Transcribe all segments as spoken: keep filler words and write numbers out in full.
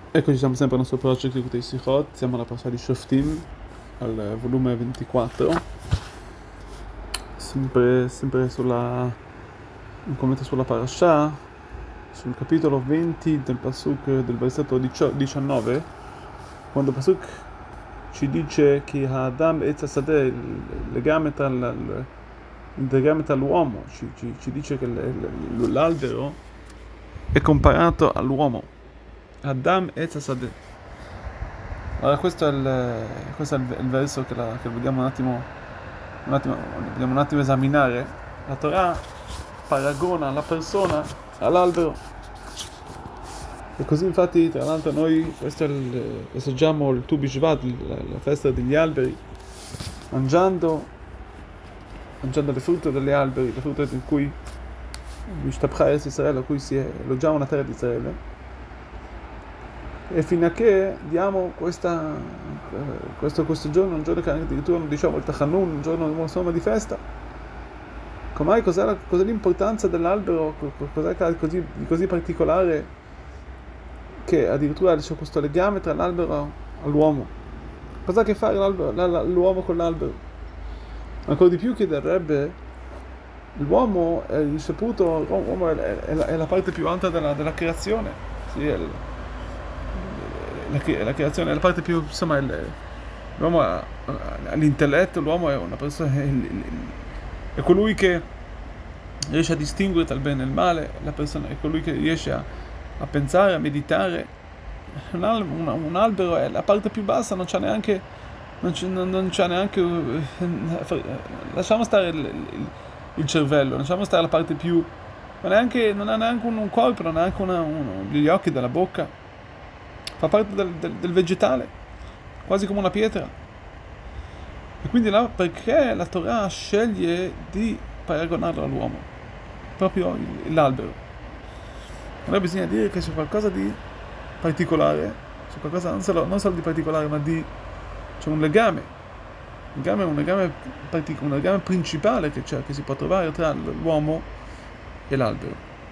Eccoci, siamo sempre al nostro project di Kutei Sichot, siamo alla passata di Shoftim, al volume ventiquattro, sempre, sempre sulla, un commento sulla parasha, sul capitolo venti del pasuk del versetto diciannove, quando il pasuk ci dice che Adam et Sadeh, il legame tra, il legame tra l'uomo, ci, ci, ci dice che l'albero è comparato all'uomo, Adam et Sadeh. Allora questo è il, questo è il, il verso che, la, che vediamo un attimo, un attimo, vogliamo un attimo esaminare. La Torah paragona la persona all'albero. E così infatti, tra l'altro, noi questo è il, festeggiamo il Tu B'Shvat, la, la festa degli alberi, mangiando, mangiando le frutta degli alberi, le frutta in cui Mishtapcha es Israele, a cui si elogiamo la terra di Israele. E fino a che diamo questa, questo, questo giorno, un giorno che addirittura diciamo il Tachanun, un giorno insomma, di festa. Com'è, cos'è, la, cos'è l'importanza dell'albero, cos'è così, così particolare che addirittura c'è questo legame tra l'albero e l'uomo? Cosa ha a che fare l'uomo con l'albero? Ancora di più chiederebbe, l'uomo è risaputo, l'uomo è, è, è la parte più alta della, della creazione, sì, è il, La, la creazione è la parte più, insomma, il, l'uomo ha, ha l'intelletto, l'uomo è una persona, è, è colui che riesce a distinguere tra il bene e il male, la persona è colui che riesce a, a pensare, a meditare. Un, al, un, un albero è la parte più bassa, non c'ha neanche, non c'è, non, non c'ha neanche, lasciamo stare il, il, il cervello, lasciamo stare la parte più, non, è anche, non ha neanche un, un corpo, non ha neanche una, un, gli occhi della bocca. Fa parte del, del, del vegetale, quasi come una pietra. E quindi là, perché la Torah sceglie di paragonarlo all'uomo? Proprio il, l'albero. Allora bisogna dire che c'è qualcosa di particolare, c'è qualcosa non solo, non solo di particolare, ma di c'è un legame. Un legame, un legame, partic- un legame principale che, c'è, che si può trovare tra l'uomo e l'albero.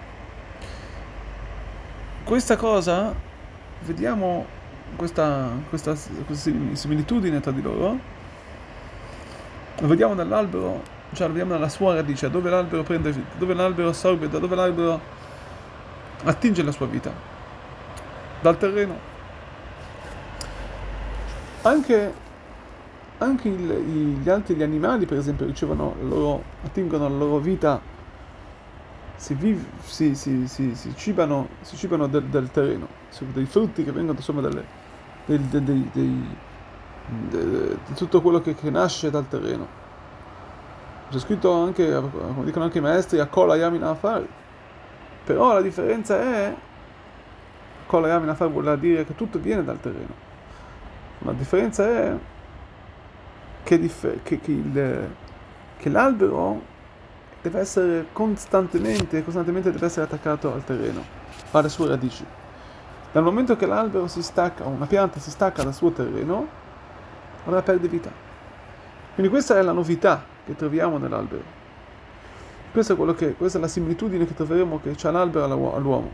Questa cosa vediamo questa, questa, questa similitudine tra di loro, lo vediamo nell'albero, cioè lo vediamo nella sua radice, dove l'albero prende vita, dove l'albero assorbe, da dove l'albero attinge la sua vita, dal terreno. Anche, anche il, gli altri, gli animali per esempio, ricevono loro, attingono la loro vita, si, vive, si, si, si, si cibano, si cibano del, del terreno, dei frutti che vengono insomma dalle, dei, dei, dei, dei, di tutto quello che, che nasce dal terreno. C'è scritto anche, come dicono anche i maestri, a Kola Yamina Afar. Però la differenza è, Kola Yamina Afar vuol dire che tutto viene dal terreno. La differenza è che, differ- che, che, il, che l'albero deve essere costantemente, costantemente deve essere attaccato al terreno, alle sue radici. Dal momento che l'albero si stacca, una pianta si stacca dal suo terreno, allora perde vita. Quindi questa è la novità che troviamo nell'albero. Questo è quello che, questa è la similitudine che troveremo che c'è l'albero all'uomo.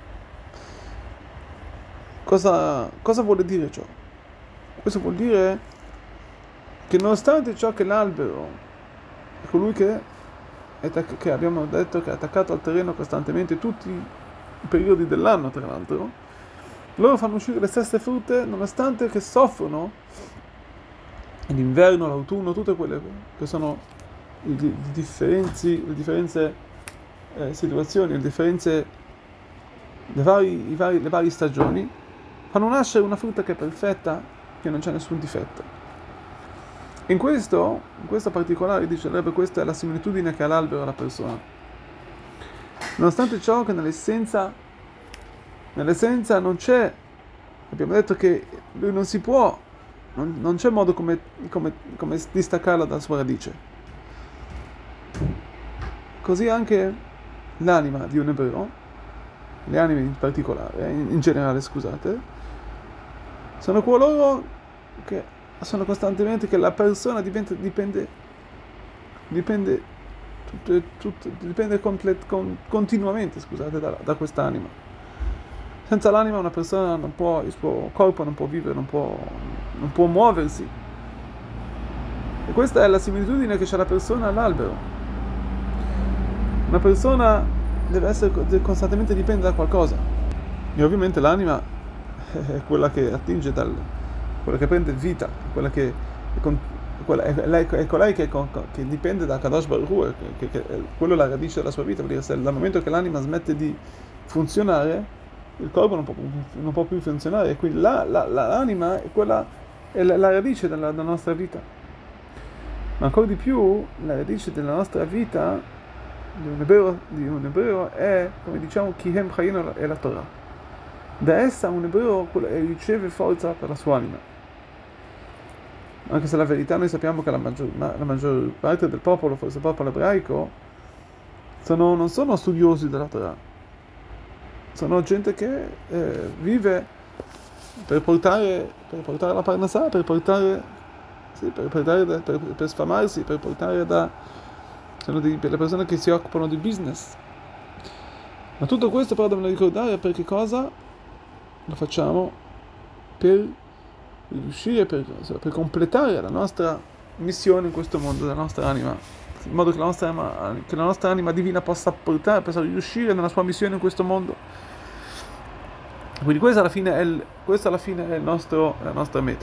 Cosa, cosa vuole dire ciò? Questo vuol dire che nonostante ciò che l'albero è colui che, è, che abbiamo detto che è attaccato al terreno costantemente tutti i periodi dell'anno, tra l'altro, loro fanno uscire le stesse frutte nonostante che soffrono l'inverno, l'autunno, tutte quelle che sono i, i differenzi, le differenze eh, situazioni, le differenze, le, vari, i vari, le varie stagioni, fanno nascere una frutta che è perfetta, che non c'è nessun difetto. In questo, in questo particolare, dicerebbe, questa è la similitudine che ha l'albero alla persona. Nonostante ciò che nell'essenza, nell'essenza non c'è, abbiamo detto che lui non si può, non, non c'è modo come, come, come distaccarla dalla sua radice. Così anche l'anima di un ebreo, le anime in particolare, in, in generale scusate, sono coloro che sono costantemente, che la persona dipende, dipende, dipende, tutto, tutto, dipende complet, con, continuamente scusate, da, da quest'anima. Senza l'anima una persona non può, il suo corpo non può vivere, non può, non può muoversi. E questa è la similitudine che c'è la persona all'albero. Una persona deve essere costantemente dipende da qualcosa. E ovviamente l'anima è quella che attinge dal, quella che prende vita, quella che è, con, quella, è, lei, è colei che, che dipende da Kadosh Baruch Hu, che, che, che quello è la radice della sua vita. Vuol dire, se dal momento che l'anima smette di funzionare, il corpo non può, non può più funzionare, e quindi la, la, la, l'anima è quella è la, la radice della, della nostra vita. Ma ancora di più, la radice della nostra vita di un ebreo, di un ebreo è, come diciamo, Kihem Chayin è la Torah. Da essa un ebreo riceve forza per la sua anima. Anche se la verità noi sappiamo che la maggior, la maggior parte del popolo, forse il popolo ebraico, sono, non sono studiosi della Torah. Sono gente che eh, vive per portare, per portare la parnassà, per portare, sì, per, portare da, per, per sfamarsi, per portare da... sono dei, per le persone che si occupano di business. Ma tutto questo però dobbiamo ricordare per che cosa lo facciamo, per riuscire, per, per completare la nostra missione in questo mondo, della nostra anima, in modo che la nostra anima, che la nostra anima divina possa portare, possa riuscire nella sua missione in questo mondo. Quindi questa alla fine è, il, questa alla fine è il nostro, la nostra meta.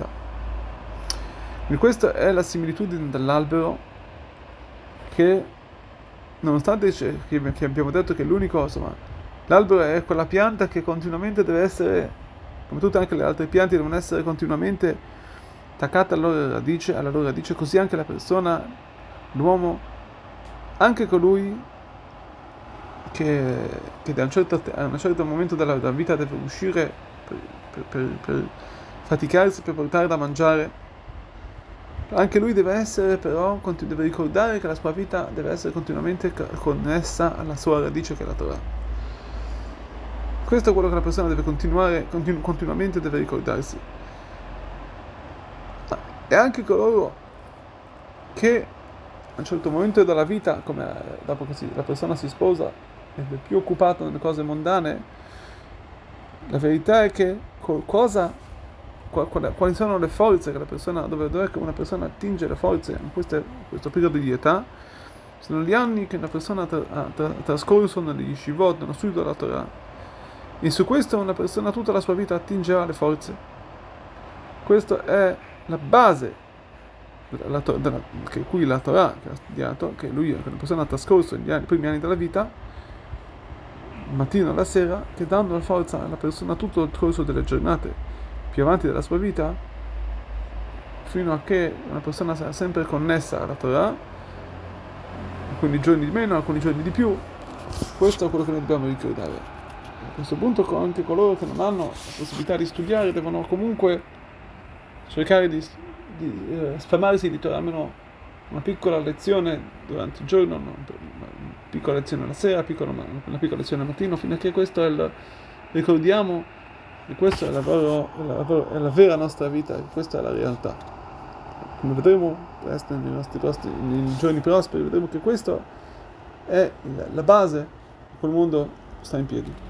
Quindi questa è la similitudine dell'albero, che nonostante che, che abbiamo detto che è l'unico, insomma, l'albero è quella pianta che continuamente deve essere, come tutte anche le altre piante, devono essere continuamente attaccate alla loro radice, alla loro radice, così anche la persona, l'uomo, anche colui che, che da un certo, a un certo momento della, della vita deve uscire per, per, per, per faticarsi, per portare da mangiare, anche lui deve essere però, deve ricordare che la sua vita deve essere continuamente connessa alla sua radice, che è la Torah. Questo è quello che la persona deve continuare, continu- continuamente deve ricordarsi. E anche coloro che a un certo momento della vita, come dopo che si, la persona si sposa ed è più occupata nelle cose mondane, la verità è che qualcosa, quali sono le forze che la persona, dove, dove una persona attinge le forze in questo, questo periodo di età, sono gli anni che una persona ha tra, tra, trascorso negli yeshivot, nello studio della Torah, e su questo una persona tutta la sua vita attingerà le forze. Questa è la base della, della, che cui la Torah, che ha studiato, che lui, che una persona ha trascorso gli anni, i primi anni della vita, il mattino alla sera, che danno la forza alla persona tutto il corso delle giornate più avanti della sua vita, fino a che una persona sarà sempre connessa alla Torah, alcuni giorni di meno, alcuni giorni di più. Questo è quello che noi dobbiamo ricordare. A questo punto anche coloro che non hanno la possibilità di studiare devono comunque cercare di, di eh, sfamarsi di Torah, almeno una piccola lezione durante il giorno, una piccola lezione la sera, piccola, una piccola lezione al mattino, fino a che questo è il, ricordiamo che questo è, lavoro, è, lavoro, è la vera nostra vita, e questa è la realtà. Come vedremo presto nei nostri prossimi, nei giorni prosperi, vedremo che questo è la base, quel mondo sta in piedi.